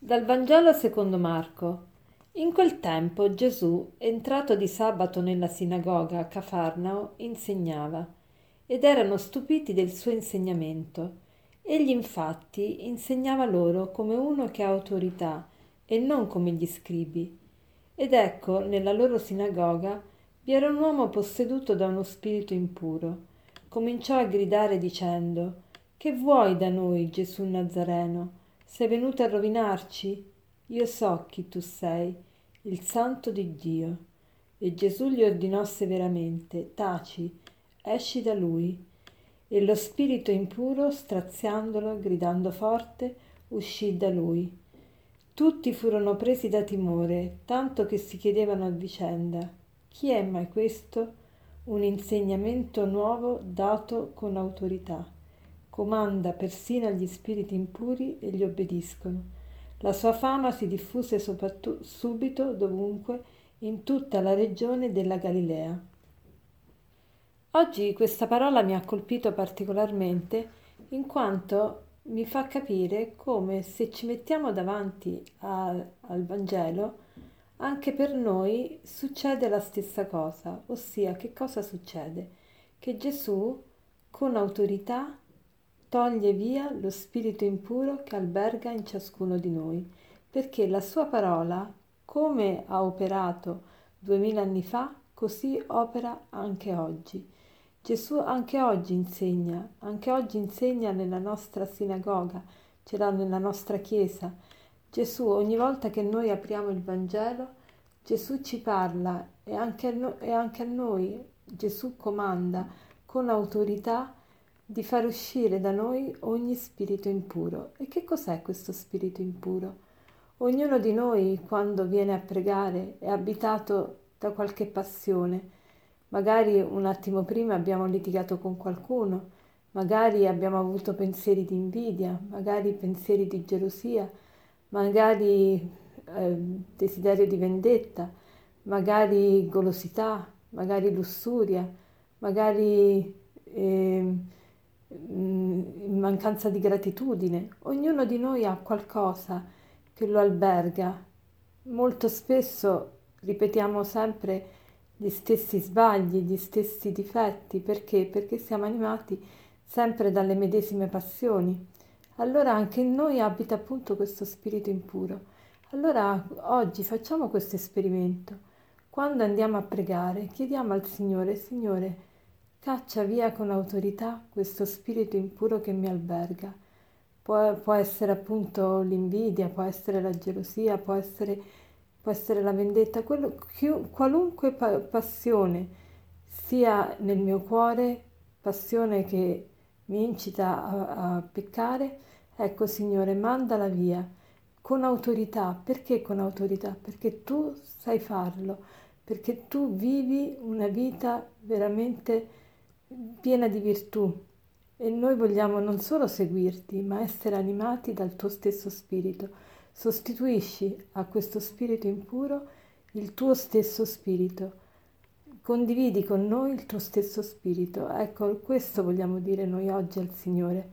Dal Vangelo secondo Marco. In quel tempo Gesù, entrato di sabato nella sinagoga a Cafarnao, insegnava, ed erano stupiti del suo insegnamento. Egli infatti insegnava loro come uno che ha autorità e non come gli scribi. Ed ecco, nella loro sinagoga vi era un uomo posseduto da uno spirito impuro. Cominciò a gridare dicendo: Che vuoi da noi, Gesù Nazareno? Sei venuto a rovinarci? Io so chi tu sei, il Santo di Dio. E Gesù gli ordinò severamente: Taci, esci da lui. E lo spirito impuro, straziandolo, gridando forte, uscì da lui. Tutti furono presi da timore, tanto che si chiedevano a vicenda: chi è mai questo? Un insegnamento nuovo dato con autorità. Comanda persino agli spiriti impuri e gli obbediscono. La sua fama si diffuse subito dovunque in tutta la regione della Galilea. Oggi questa parola mi ha colpito particolarmente in quanto mi fa capire come se ci mettiamo davanti al Vangelo, anche per noi succede la stessa cosa, ossia che cosa succede? Che Gesù con autorità toglie via lo spirito impuro che alberga in ciascuno di noi, perché la sua parola, come ha operato 2000 anni fa, così opera anche oggi. Gesù anche oggi insegna nella nostra sinagoga, ce l'ha nella nostra chiesa. Gesù, ogni volta che noi apriamo il Vangelo, Gesù ci parla e anche a noi Gesù comanda con autorità di far uscire da noi ogni spirito impuro. E che cos'è questo spirito impuro? Ognuno di noi, quando viene a pregare, è abitato da qualche passione. Magari un attimo prima abbiamo litigato con qualcuno, magari abbiamo avuto pensieri di invidia, magari pensieri di gelosia, magari desiderio di vendetta, magari golosità, magari lussuria, magari mancanza di gratitudine. Ognuno di noi ha qualcosa che lo alberga. Molto spesso ripetiamo sempre gli stessi sbagli, gli stessi difetti. Perché? Perché siamo animati sempre dalle medesime passioni. Allora anche in noi abita appunto questo spirito impuro. Allora oggi facciamo questo esperimento. Quando andiamo a pregare, chiediamo al Signore: Signore, caccia via con autorità questo spirito impuro che mi alberga. Può essere appunto l'invidia, può essere la gelosia, può essere la vendetta, qualunque passione sia nel mio cuore, passione che mi incita a peccare, ecco Signore, mandala via con autorità. Perché con autorità? Perché tu sai farlo, perché tu vivi una vita veramente piena di virtù e noi vogliamo non solo seguirti, ma essere animati dal tuo stesso spirito. Sostituisci a questo spirito impuro il tuo stesso spirito. Condividi con noi il tuo stesso spirito. Ecco, questo vogliamo dire noi oggi al Signore.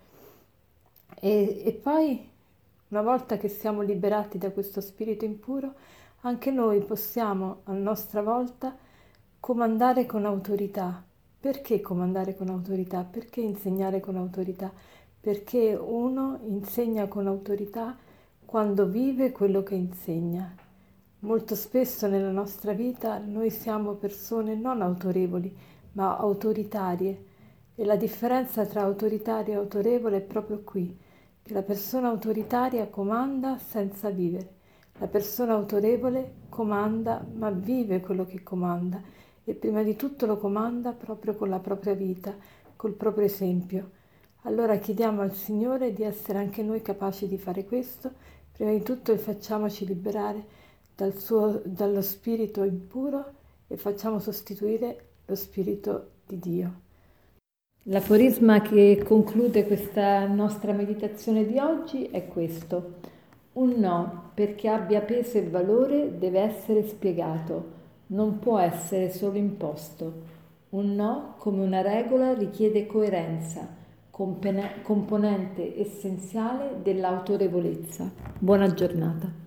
E poi, una volta che siamo liberati da questo spirito impuro, anche noi possiamo a nostra volta comandare con autorità. Perché comandare con autorità? Perché insegnare con autorità? Perché uno insegna con autorità quando vive quello che insegna. Molto spesso nella nostra vita noi siamo persone non autorevoli, ma autoritarie. E la differenza tra autoritario e autorevole è proprio qui, che la persona autoritaria comanda senza vivere. La persona autorevole comanda, ma vive quello che comanda e prima di tutto lo comanda proprio con la propria vita, col proprio esempio. Allora chiediamo al Signore di essere anche noi capaci di fare questo, prima di tutto e facciamoci liberare dallo spirito impuro e facciamo sostituire lo spirito di Dio. L'aforisma che conclude questa nostra meditazione di oggi è questo: un no, perché abbia peso e valore, deve essere spiegato, non può essere solo imposto. Un no, come una regola, richiede coerenza, componente essenziale dell'autorevolezza. Buona giornata.